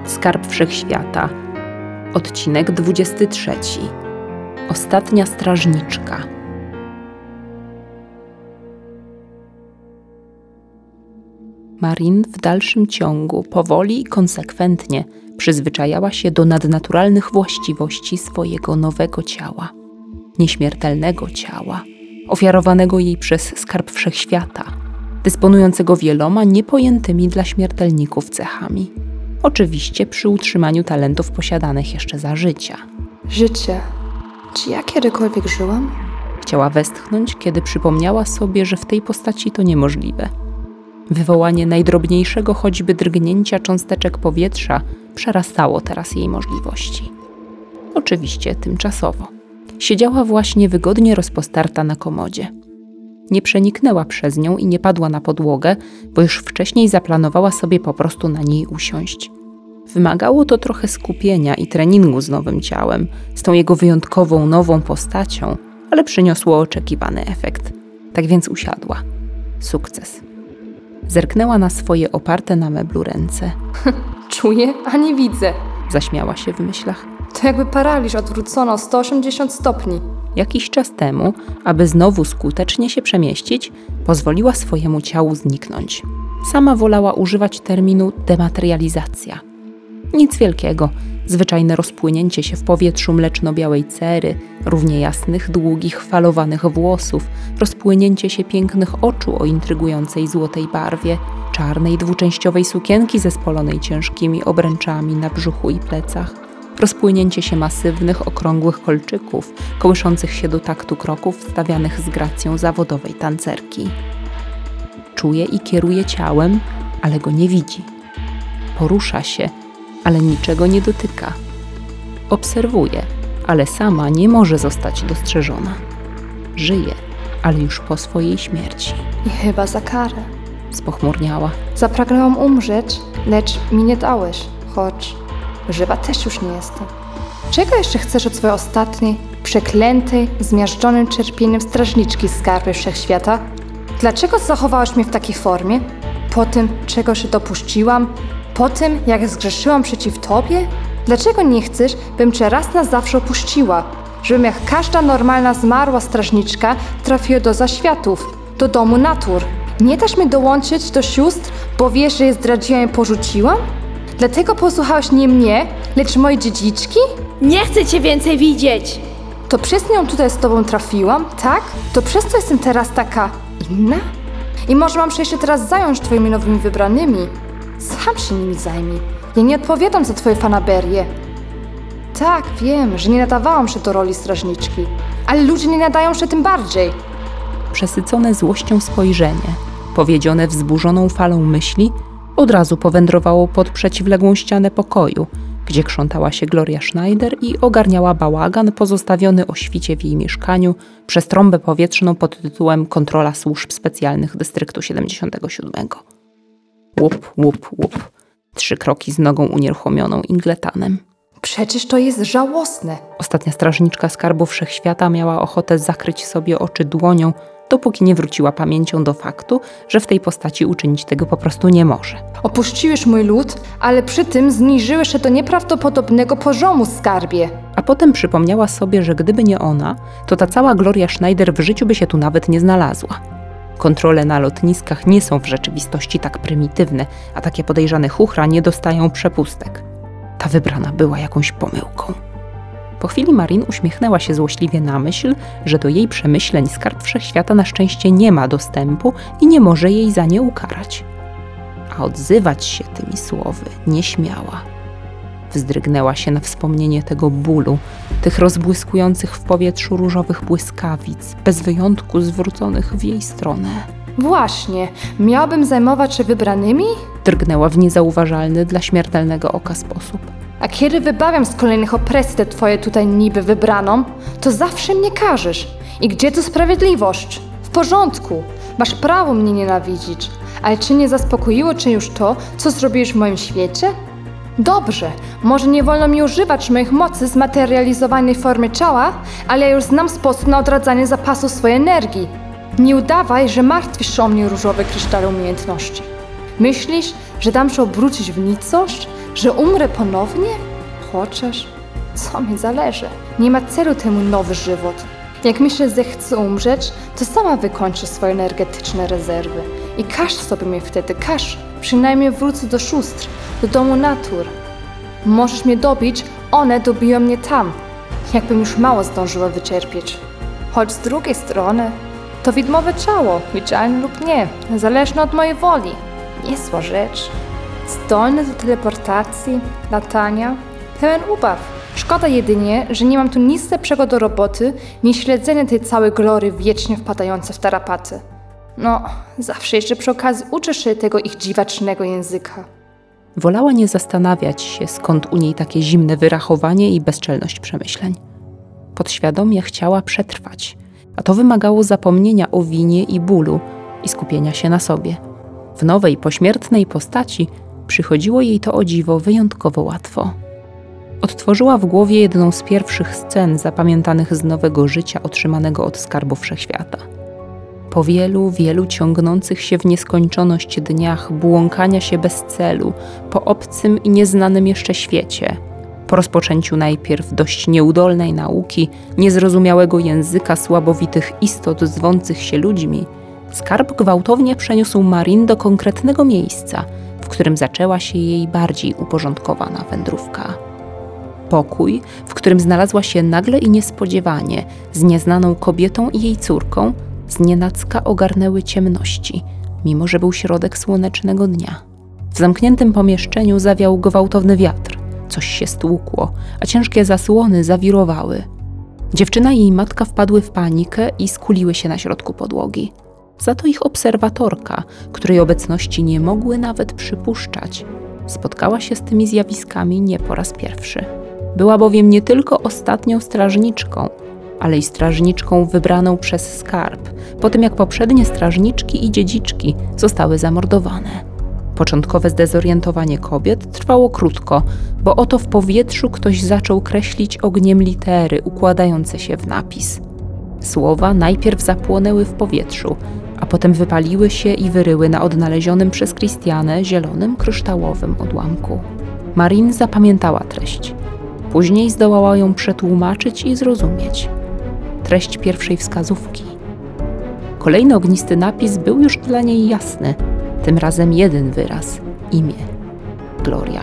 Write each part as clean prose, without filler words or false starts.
Skarb Wszechświata. Odcinek 23. Ostatnia strażniczka. Marin w dalszym ciągu, powoli i konsekwentnie przyzwyczajała się do nadnaturalnych właściwości swojego nowego ciała. Nieśmiertelnego ciała, ofiarowanego jej przez Skarb Wszechświata, dysponującego wieloma niepojętymi dla śmiertelników cechami. Oczywiście przy utrzymaniu talentów posiadanych jeszcze za życia. Życie. Czy ja kiedykolwiek żyłam? Chciała westchnąć, kiedy przypomniała sobie, że w tej postaci to niemożliwe. Wywołanie najdrobniejszego choćby drgnięcia cząsteczek powietrza przerastało teraz jej możliwości. Oczywiście tymczasowo. Siedziała właśnie wygodnie rozpostarta na komodzie. Nie przeniknęła przez nią i nie padła na podłogę, bo już wcześniej zaplanowała sobie po prostu na niej usiąść. Wymagało to trochę skupienia i treningu z nowym ciałem, z tą jego wyjątkową, nową postacią, ale przyniosło oczekiwany efekt. Tak więc usiadła. Sukces. Zerknęła na swoje oparte na meblu ręce. Czuję, a nie widzę. Zaśmiała się w myślach. To jakby paraliż odwrócono o 180 stopni. Jakiś czas temu, aby znowu skutecznie się przemieścić, pozwoliła swojemu ciału zniknąć. Sama wolała używać terminu dematerializacja. Nic wielkiego, zwyczajne rozpłynięcie się w powietrzu mleczno-białej cery, równie jasnych, długich, falowanych włosów, rozpłynięcie się pięknych oczu o intrygującej złotej barwie, czarnej dwuczęściowej sukienki zespolonej ciężkimi obręczami na brzuchu i plecach, rozpłynięcie się masywnych, okrągłych kolczyków, kołyszących się do taktu kroków stawianych z gracją zawodowej tancerki. Czuje i kieruje ciałem, ale go nie widzi. Porusza się, ale niczego nie dotyka. Obserwuje, ale sama nie może zostać dostrzeżona. Żyje, ale już po swojej śmierci. I chyba za karę. Spochmurniała. Zapragnęłam umrzeć, lecz mi nie dałeś, choć żywa też już nie jestem. Czego jeszcze chcesz od swojej ostatniej, przeklętej, zmiażdżonym cierpieniem strażniczki z Skarbu Wszechświata? Dlaczego zachowałaś mnie w takiej formie? Po tym, czego się dopuściłam? Po tym, jak zgrzeszyłam przeciw tobie? Dlaczego nie chcesz, bym cię raz na zawsze opuściła? Żebym jak każda normalna zmarła strażniczka trafiła do zaświatów, do domu natur. Nie dasz mi dołączyć do sióstr, bo wiesz, że je zdradziłam i porzuciłam? Dlatego posłuchałaś nie mnie, lecz mojej dziedziczki? Nie chcę cię więcej widzieć! To przez nią tutaj z tobą trafiłam, tak? To przez to jestem teraz taka inna? I może mam się jeszcze teraz zająć twoimi nowymi wybranymi? Sam się nimi zajmij. Ja nie odpowiadam za twoje fanaberie. Tak, wiem, że nie nadawałam się do roli strażniczki, ale ludzie nie nadają się tym bardziej. Przesycone złością spojrzenie, powiedzione wzburzoną falą myśli, od razu powędrowało pod przeciwległą ścianę pokoju, gdzie krzątała się Gloria Schneider i ogarniała bałagan pozostawiony o świcie w jej mieszkaniu przez trąbę powietrzną pod tytułem Kontrola Służb Specjalnych Dystryktu 77. Łup, łup, łup. 3 kroki z nogą unieruchomioną ingletanem. Przecież to jest żałosne. Ostatnia strażniczka Skarbu Wszechświata miała ochotę zakryć sobie oczy dłonią, dopóki nie wróciła pamięcią do faktu, że w tej postaci uczynić tego po prostu nie może. Opuściłeś mój lud, ale przy tym zniżyłeś się do nieprawdopodobnego poziomu, skarbie. A potem przypomniała sobie, że gdyby nie ona, to ta cała Gloria Schneider w życiu by się tu nawet nie znalazła. Kontrole na lotniskach nie są w rzeczywistości tak prymitywne, a takie podejrzane chuchra nie dostają przepustek. Ta wybrana była jakąś pomyłką. Po chwili Marin uśmiechnęła się złośliwie na myśl, że do jej przemyśleń Skarb Wszechświata na szczęście nie ma dostępu i nie może jej za nie ukarać. A odzywać się tymi słowy nie śmiała. Wzdrygnęła się na wspomnienie tego bólu, tych rozbłyskujących w powietrzu różowych błyskawic, bez wyjątku zwróconych w jej stronę. Właśnie, miałabym zajmować się wybranymi? Drgnęła w niezauważalny dla śmiertelnego oka sposób. A kiedy wybawiam z kolejnych opresji tę twoje tutaj niby wybraną, to zawsze mnie karzesz. I gdzie tu sprawiedliwość? W porządku, masz prawo mnie nienawidzić. Ale czy nie zaspokoiło cię już to, co zrobiłeś w moim świecie? Dobrze, może nie wolno mi używać moich mocy zmaterializowanej w formie ciała, ale ja już znam sposób na odradzanie zapasu swojej energii. Nie udawaj, że martwisz się o mnie różowe kryształy umiejętności. Myślisz, że dam się obrócić w nicość? Że umrę ponownie? Chociaż, co mi zależy? Nie ma celu temu nowy żywot. Jak myślę, że chcę umrzeć, to sama wykończę swoje energetyczne rezerwy. I każ sobie mnie wtedy, każ. Przynajmniej wrócę do sióstr, do domu natur. Możesz mnie dobić, one dobiją mnie tam. Jakbym już mało zdążyła wyczerpieć. Choć z drugiej strony, to widmowe ciało, widzialne lub nie, zależne od mojej woli. Niezła rzecz. Zdolny do teleportacji, latania, pełen ubaw. Szkoda jedynie, że nie mam tu nic lepszego do roboty, niż śledzenie tej całej glory wiecznie wpadającej w tarapaty. No, zawsze jeszcze przy okazji uczę się tego ich dziwacznego języka. Wolała nie zastanawiać się, skąd u niej takie zimne wyrachowanie i bezczelność przemyśleń. Podświadomie chciała przetrwać, a to wymagało zapomnienia o winie i bólu i skupienia się na sobie. W nowej, pośmiertnej postaci przychodziło jej to o dziwo wyjątkowo łatwo. Odtworzyła w głowie jedną z pierwszych scen zapamiętanych z nowego życia otrzymanego od skarbu wszechświata. Po wielu, wielu ciągnących się w nieskończoność dniach błąkania się bez celu, po obcym i nieznanym jeszcze świecie, po rozpoczęciu najpierw dość nieudolnej nauki, niezrozumiałego języka słabowitych istot zwących się ludźmi, skarb gwałtownie przeniósł Marin do konkretnego miejsca, w którym zaczęła się jej bardziej uporządkowana wędrówka. Pokój, w którym znalazła się nagle i niespodziewanie z nieznaną kobietą i jej córką, znienacka ogarnęły ciemności, mimo że był środek słonecznego dnia. W zamkniętym pomieszczeniu zawiał gwałtowny wiatr, coś się stłukło, a ciężkie zasłony zawirowały. Dziewczyna i jej matka wpadły w panikę i skuliły się na środku podłogi. Za to ich obserwatorka, której obecności nie mogły nawet przypuszczać, spotkała się z tymi zjawiskami nie po raz pierwszy. Była bowiem nie tylko ostatnią strażniczką, ale i strażniczką wybraną przez skarb, po tym jak poprzednie strażniczki i dziedziczki zostały zamordowane. Początkowe zdezorientowanie kobiet trwało krótko, bo oto w powietrzu ktoś zaczął kreślić ogniem litery układające się w napis. Słowa najpierw zapłonęły w powietrzu, a potem wypaliły się i wyryły na odnalezionym przez Christianę zielonym kryształowym odłamku. Marin zapamiętała treść. Później zdołała ją przetłumaczyć i zrozumieć. Treść pierwszej wskazówki. Kolejny ognisty napis był już dla niej jasny. Tym razem jeden wyraz. Imię. Gloria.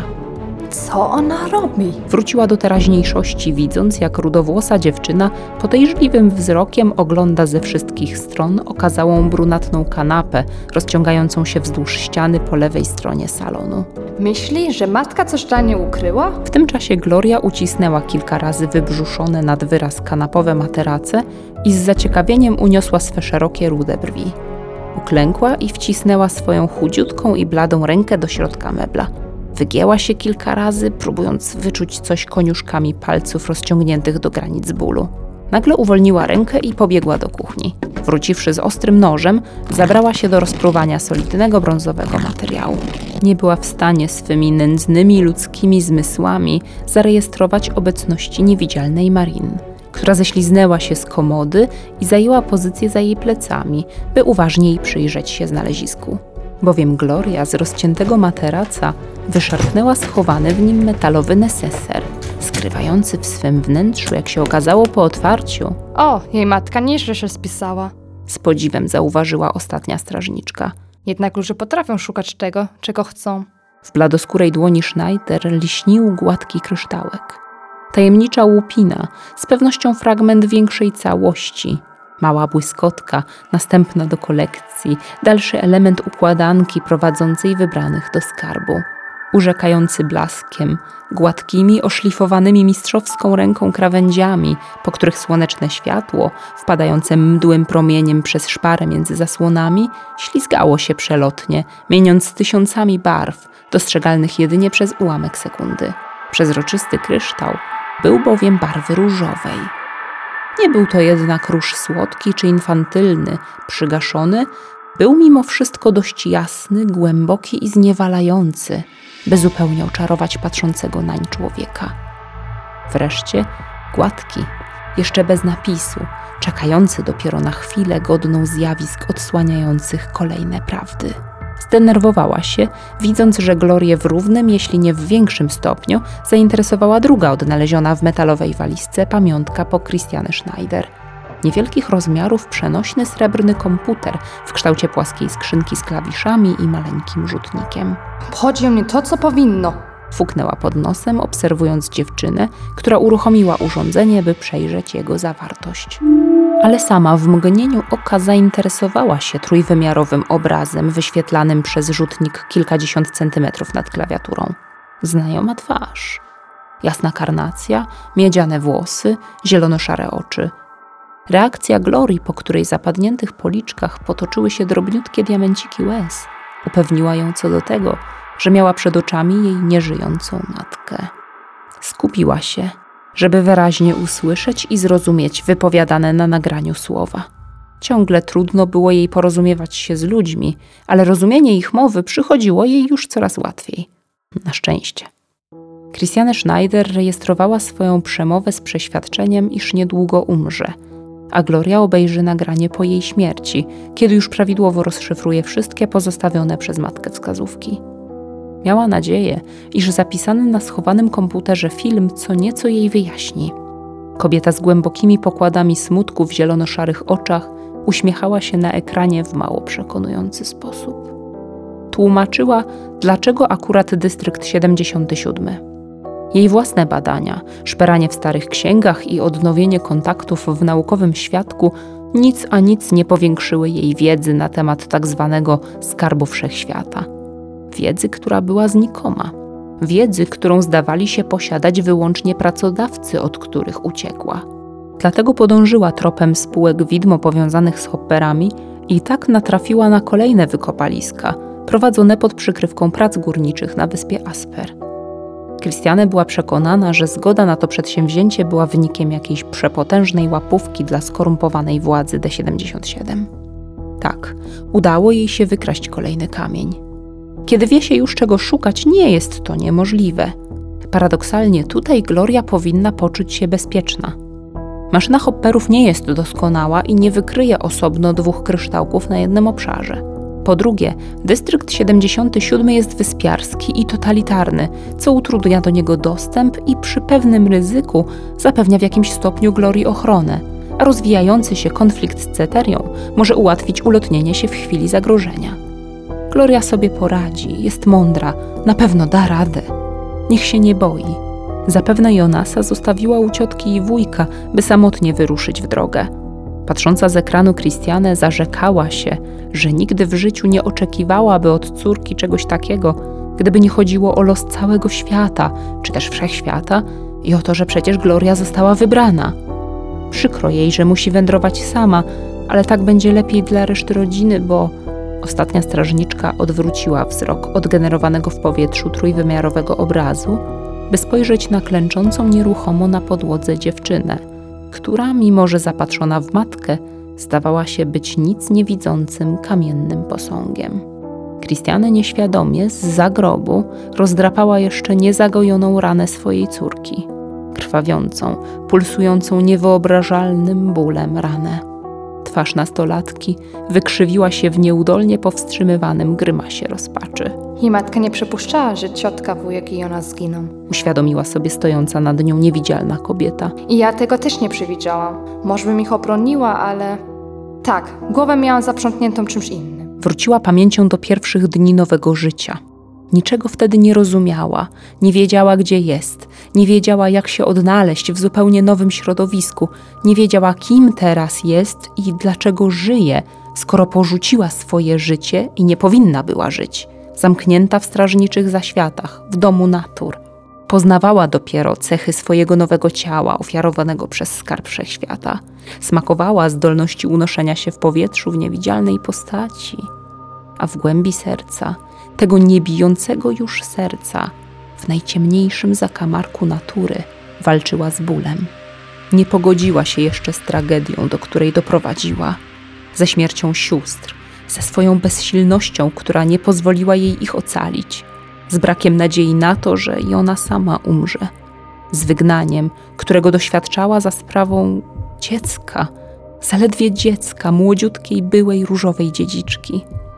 Co ona robi? Wróciła do teraźniejszości, widząc, jak rudowłosa dziewczyna podejrzliwym wzrokiem ogląda ze wszystkich stron okazałą brunatną kanapę, rozciągającą się wzdłuż ściany po lewej stronie salonu. Myśli, że matka coś dla niej ukryła? W tym czasie Gloria ucisnęła kilka razy wybrzuszone nad wyraz kanapowe materace i z zaciekawieniem uniosła swe szerokie, rude brwi. Uklękła i wcisnęła swoją chudziutką i bladą rękę do środka mebla. Wygięła się kilka razy, próbując wyczuć coś koniuszkami palców rozciągniętych do granic bólu. Nagle uwolniła rękę i pobiegła do kuchni. Wróciwszy z ostrym nożem, zabrała się do rozpruwania solidnego brązowego materiału. Nie była w stanie swymi nędznymi ludzkimi zmysłami zarejestrować obecności niewidzialnej Marin, która ześliznęła się z komody i zajęła pozycję za jej plecami, by uważniej przyjrzeć się znalezisku. Bowiem Gloria z rozciętego materaca wyszarpnęła schowany w nim metalowy neseser, skrywający w swym wnętrzu, jak się okazało po otwarciu. O, jej matka nieźle się spisała. Z podziwem zauważyła ostatnia strażniczka. Jednak ludzie potrafią szukać tego, czego chcą. W bladoskórej dłoni Schneider liśnił gładki kryształek. Tajemnicza łupina, z pewnością fragment większej całości. Mała błyskotka, następna do kolekcji, dalszy element układanki prowadzącej wybranych do skarbu. Urzekający blaskiem, gładkimi, oszlifowanymi mistrzowską ręką krawędziami, po których słoneczne światło, wpadające mdłym promieniem przez szparę między zasłonami, ślizgało się przelotnie, mieniąc tysiącami barw, dostrzegalnych jedynie przez ułamek sekundy. Przezroczysty kryształ był bowiem barwy różowej. Nie był to jednak róż słodki czy infantylny, przygaszony, był mimo wszystko dość jasny, głęboki i zniewalający, by zupełnie oczarować patrzącego nań człowieka. Wreszcie gładki, jeszcze bez napisu, czekający dopiero na chwilę godną zjawisk odsłaniających kolejne prawdy. Zdenerwowała się, widząc, że Glorię w równym, jeśli nie w większym stopniu, zainteresowała druga odnaleziona w metalowej walizce pamiątka po Christiane Schneider. Niewielkich rozmiarów przenośny srebrny komputer w kształcie płaskiej skrzynki z klawiszami i maleńkim rzutnikiem. Obchodzi o mnie to, co powinno. Fuknęła pod nosem, obserwując dziewczynę, która uruchomiła urządzenie, by przejrzeć jego zawartość. Ale sama w mgnieniu oka zainteresowała się trójwymiarowym obrazem wyświetlanym przez rzutnik kilkadziesiąt centymetrów nad klawiaturą. Znajoma twarz. Jasna karnacja, miedziane włosy, zielono-szare oczy. Reakcja Glorii, po której zapadniętych policzkach potoczyły się drobniutkie diamenciki łez, upewniła ją co do tego, że miała przed oczami jej nieżyjącą matkę. Skupiła się, żeby wyraźnie usłyszeć i zrozumieć wypowiadane na nagraniu słowa. Ciągle trudno było jej porozumiewać się z ludźmi, ale rozumienie ich mowy przychodziło jej już coraz łatwiej. Na szczęście. Christiane Schneider rejestrowała swoją przemowę z przeświadczeniem, iż niedługo umrze, a Gloria obejrzy nagranie po jej śmierci, kiedy już prawidłowo rozszyfruje wszystkie pozostawione przez matkę wskazówki. Miała nadzieję, iż zapisany na schowanym komputerze film co nieco jej wyjaśni. Kobieta z głębokimi pokładami smutku w zielono-szarych oczach uśmiechała się na ekranie w mało przekonujący sposób. Tłumaczyła, dlaczego akurat dystrykt 77. Jej własne badania, szperanie w starych księgach i odnowienie kontaktów w naukowym świadku nic a nic nie powiększyły jej wiedzy na temat tak zwanego skarbu wszechświata. Wiedzy, która była znikoma. Wiedzy, którą zdawali się posiadać wyłącznie pracodawcy, od których uciekła. Dlatego podążyła tropem spółek widmo powiązanych z Hopperami i tak natrafiła na kolejne wykopaliska, prowadzone pod przykrywką prac górniczych na wyspie Asper. Christiane była przekonana, że zgoda na to przedsięwzięcie była wynikiem jakiejś przepotężnej łapówki dla skorumpowanej władzy D77. Tak, udało jej się wykraść kolejny kamień. Kiedy wie się już czego szukać, nie jest to niemożliwe. Paradoksalnie tutaj Gloria powinna poczuć się bezpieczna. Maszyna Hopperów nie jest doskonała i nie wykryje osobno dwóch kryształków na jednym obszarze. Po drugie, dystrykt 77 jest wyspiarski i totalitarny, co utrudnia do niego dostęp i przy pewnym ryzyku zapewnia w jakimś stopniu Glorii ochronę, a rozwijający się konflikt z Ceterią może ułatwić ulotnienie się w chwili zagrożenia. Gloria sobie poradzi, jest mądra, na pewno da radę. Niech się nie boi. Zapewne Jonasa zostawiła u ciotki i wujka, by samotnie wyruszyć w drogę. Patrząca z ekranu Christiane zarzekała się, że nigdy w życiu nie oczekiwałaby od córki czegoś takiego, gdyby nie chodziło o los całego świata, czy też wszechświata i o to, że przecież Gloria została wybrana. Przykro jej, że musi wędrować sama, ale tak będzie lepiej dla reszty rodziny, bo... Ostatnia strażniczka odwróciła wzrok od generowanego w powietrzu trójwymiarowego obrazu, by spojrzeć na klęczącą nieruchomo na podłodze dziewczynę, która, mimo że zapatrzona w matkę, zdawała się być nic niewidzącym kamiennym posągiem. Christiane nieświadomie zza grobu rozdrapała jeszcze niezagojoną ranę swojej córki, krwawiącą, pulsującą niewyobrażalnym bólem ranę. Twarz nastolatki wykrzywiła się w nieudolnie powstrzymywanym grymasie rozpaczy. Jej matka nie przypuszczała, że ciotka, wujek i ona zginą. Uświadomiła sobie stojąca nad nią niewidzialna kobieta. I ja tego też nie przewidziałam. Może bym ich obroniła, ale... Tak, głowę miałam zaprzątniętą czymś innym. Wróciła pamięcią do pierwszych dni nowego życia. Niczego wtedy nie rozumiała, nie wiedziała, gdzie jest, nie wiedziała, jak się odnaleźć w zupełnie nowym środowisku, nie wiedziała, kim teraz jest i dlaczego żyje, skoro porzuciła swoje życie i nie powinna była żyć, zamknięta w strażniczych zaświatach, w domu natur. Poznawała dopiero cechy swojego nowego ciała ofiarowanego przez skarb wszechświata. Smakowała zdolności unoszenia się w powietrzu w niewidzialnej postaci. A w głębi serca, tego niebijącego już serca, w najciemniejszym zakamarku natury, walczyła z bólem. Nie pogodziła się jeszcze z tragedią, do której doprowadziła, ze śmiercią sióstr, ze swoją bezsilnością, która nie pozwoliła jej ich ocalić, z brakiem nadziei na to, że i ona sama umrze, z wygnaniem, którego doświadczała za sprawą dziecka, zaledwie dziecka, młodziutkiej byłej różowej dziedziczki.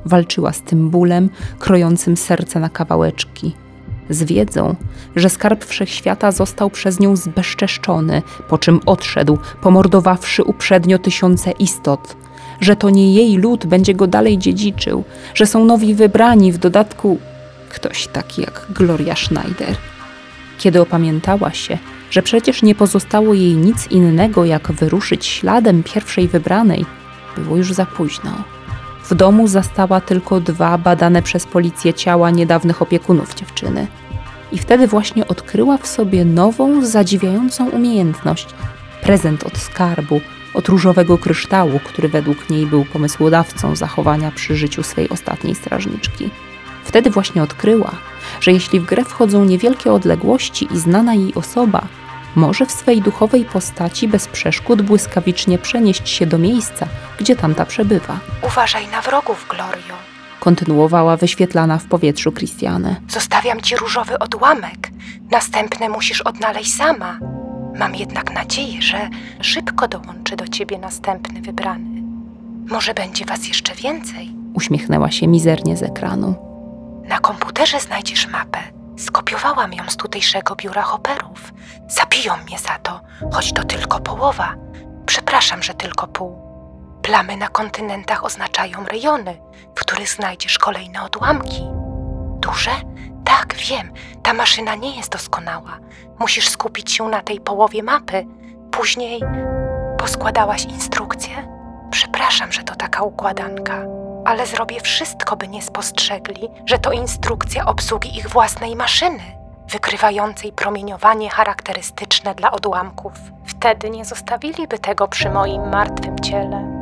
walczyła z tym bólem, krojącym serce na kawałeczki. Z wiedzą, że skarb wszechświata został przez nią zbezczeszczony, po czym odszedł, pomordowawszy uprzednio tysiące istot, że to nie jej lud będzie go dalej dziedziczył, że są nowi wybrani, w dodatku ktoś taki jak Gloria Schneider. Kiedy opamiętała się, że przecież nie pozostało jej nic innego, jak wyruszyć śladem pierwszej wybranej, było już za późno. W domu zastała tylko 2 badane przez policję ciała niedawnych opiekunów dziewczyny. I wtedy właśnie odkryła w sobie nową, zadziwiającą umiejętność. Prezent od skarbu, od różowego kryształu, który według niej był pomysłodawcą zachowania przy życiu swej ostatniej strażniczki. Wtedy właśnie odkryła, że jeśli w grę wchodzą niewielkie odległości i znana jej osoba, może w swej duchowej postaci bez przeszkód błyskawicznie przenieść się do miejsca, gdzie tamta przebywa. Uważaj na wrogów, Glorio. Kontynuowała wyświetlana w powietrzu Christiane. Zostawiam ci różowy odłamek. Następne musisz odnaleźć sama. Mam jednak nadzieję, że szybko dołączy do ciebie następny wybrany. Może będzie was jeszcze więcej. Uśmiechnęła się mizernie z ekranu. Na komputerze znajdziesz mapę. Skopiowałam ją z tutejszego biura Hopperów. Zabiją mnie za to, choć to tylko połowa. Przepraszam, że tylko pół. Plamy na kontynentach oznaczają rejony, w których znajdziesz kolejne odłamki. Duże? Tak, wiem. Ta maszyna nie jest doskonała. Musisz skupić się na tej połowie mapy. Później poskładałaś instrukcję? Przepraszam, że to taka układanka, ale zrobię wszystko, by nie spostrzegli, że to instrukcja obsługi ich własnej maszyny, wykrywającej promieniowanie charakterystyczne dla odłamków. Wtedy nie zostawiliby tego przy moim martwym ciele.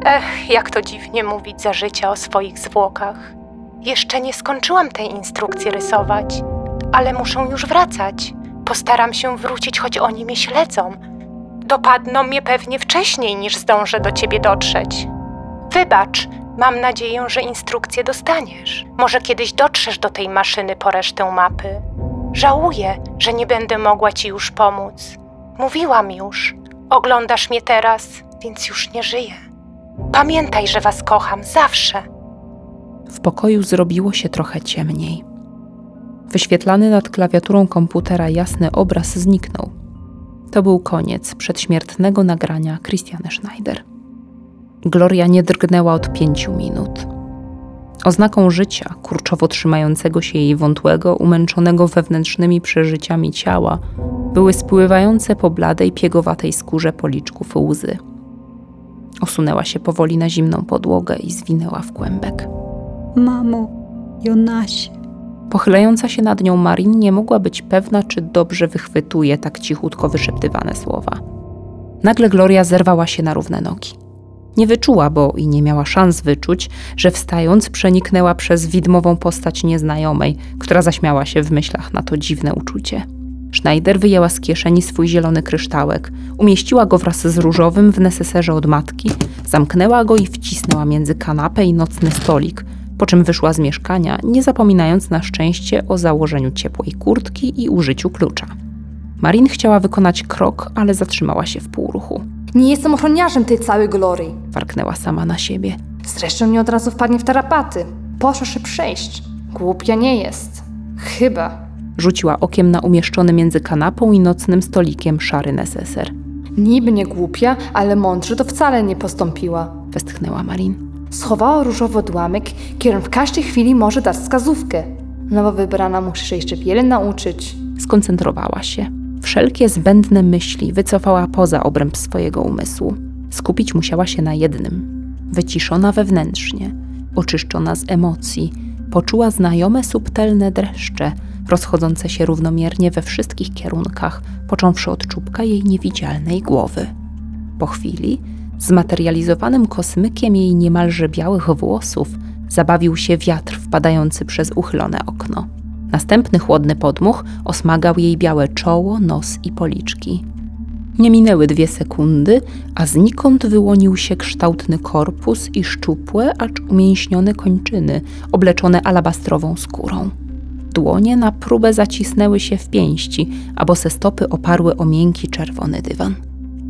Jak to dziwnie mówić za życia o swoich zwłokach. Jeszcze nie skończyłam tej instrukcji rysować, ale muszą już wracać. Postaram się wrócić, choć oni mnie śledzą. Dopadną mnie pewnie wcześniej, niż zdążę do ciebie dotrzeć. Wybacz, mam nadzieję, że instrukcję dostaniesz. Może kiedyś dotrzesz do tej maszyny po resztę mapy. Żałuję, że nie będę mogła ci już pomóc. Mówiłam już, oglądasz mnie teraz, więc już nie żyję. Pamiętaj, że was kocham zawsze. W pokoju zrobiło się trochę ciemniej. Wyświetlany nad klawiaturą komputera jasny obraz zniknął. To był koniec przedśmiertnego nagrania Christiane Schneider. Gloria nie drgnęła od 5 minut. Oznaką życia, kurczowo trzymającego się jej wątłego, umęczonego wewnętrznymi przeżyciami ciała, były spływające po bladej, piegowatej skórze policzków łzy. Osunęła się powoli na zimną podłogę i zwinęła w kłębek. Mamo, Jonasie. Pochylająca się nad nią Marin nie mogła być pewna, czy dobrze wychwytuje tak cichutko wyszeptywane słowa. Nagle Gloria zerwała się na równe nogi. Nie wyczuła, bo i nie miała szans wyczuć, że wstając przeniknęła przez widmową postać nieznajomej, która zaśmiała się w myślach na to dziwne uczucie. Schneider wyjęła z kieszeni swój zielony kryształek, umieściła go wraz z różowym w neseserze od matki, zamknęła go i wcisnęła między kanapę i nocny stolik, po czym wyszła z mieszkania, nie zapominając na szczęście o założeniu ciepłej kurtki i użyciu klucza. Marin chciała wykonać krok, ale zatrzymała się w półruchu. Nie jestem ochroniarzem tej całej glorii. Warknęła sama na siebie. Zresztą nie od razu wpadnie w tarapaty. Proszę się przejść. Głupia nie jest. Chyba. Rzuciła okiem na umieszczony między kanapą i nocnym stolikiem szary neseser. Niby nie głupia, ale mądrze to wcale nie postąpiła. Westchnęła Marin. Schowała różowy odłamek, który w każdej chwili może dać wskazówkę. Nowa wybrana musi się jeszcze wiele nauczyć. Skoncentrowała się. Wszelkie zbędne myśli wycofała poza obręb swojego umysłu. Skupić musiała się na jednym. Wyciszona wewnętrznie, oczyszczona z emocji, poczuła znajome subtelne dreszcze, rozchodzące się równomiernie we wszystkich kierunkach, począwszy od czubka jej niewidzialnej głowy. Po chwili, zmaterializowanym kosmykiem jej niemalże białych włosów, zabawił się wiatr wpadający przez uchylone okno. Następny chłodny podmuch osmagał jej białe czoło, nos i policzki. Nie minęły 2 sekundy, a znikąd wyłonił się kształtny korpus i szczupłe, acz umięśnione kończyny, obleczone alabastrową skórą. Dłonie na próbę zacisnęły się w pięści, a bose stopy oparły o miękki czerwony dywan.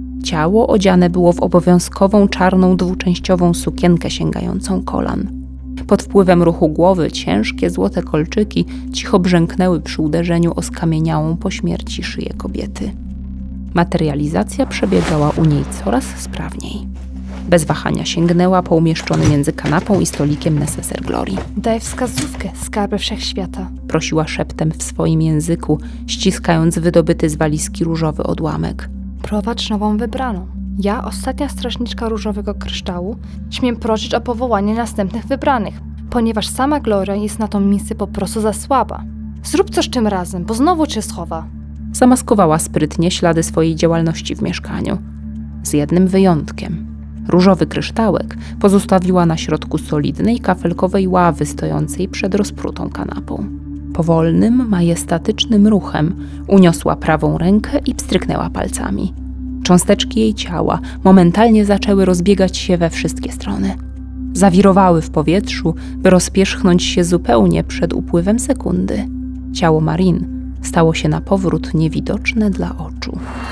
Ciało odziane było w obowiązkową czarną dwuczęściową sukienkę sięgającą kolan. Pod wpływem ruchu głowy ciężkie złote kolczyki cicho brzęknęły przy uderzeniu o skamieniałą po śmierci szyję kobiety. Materializacja przebiegała u niej coraz sprawniej. Bez wahania sięgnęła po umieszczony między kanapą i stolikiem neseser Glorii. Daj wskazówkę, skarbie wszechświata. Prosiła szeptem w swoim języku, ściskając wydobyty z walizki różowy odłamek. Prowadź nową wybraną. Ja, ostatnia strażniczka różowego kryształu, śmiem prosić o powołanie następnych wybranych, ponieważ sama Gloria jest na tą misję po prostu za słaba. Zrób coś tym razem, bo znowu cię schowa. Zamaskowała sprytnie ślady swojej działalności w mieszkaniu. Z jednym wyjątkiem. Różowy kryształek pozostawiła na środku solidnej kafelkowej ławy stojącej przed rozprutą kanapą. Powolnym, majestatycznym ruchem uniosła prawą rękę i pstryknęła palcami. Cząsteczki jej ciała momentalnie zaczęły rozbiegać się we wszystkie strony. Zawirowały w powietrzu, by rozpierzchnąć się zupełnie przed upływem sekundy. Ciało Marin stało się na powrót niewidoczne dla oczu.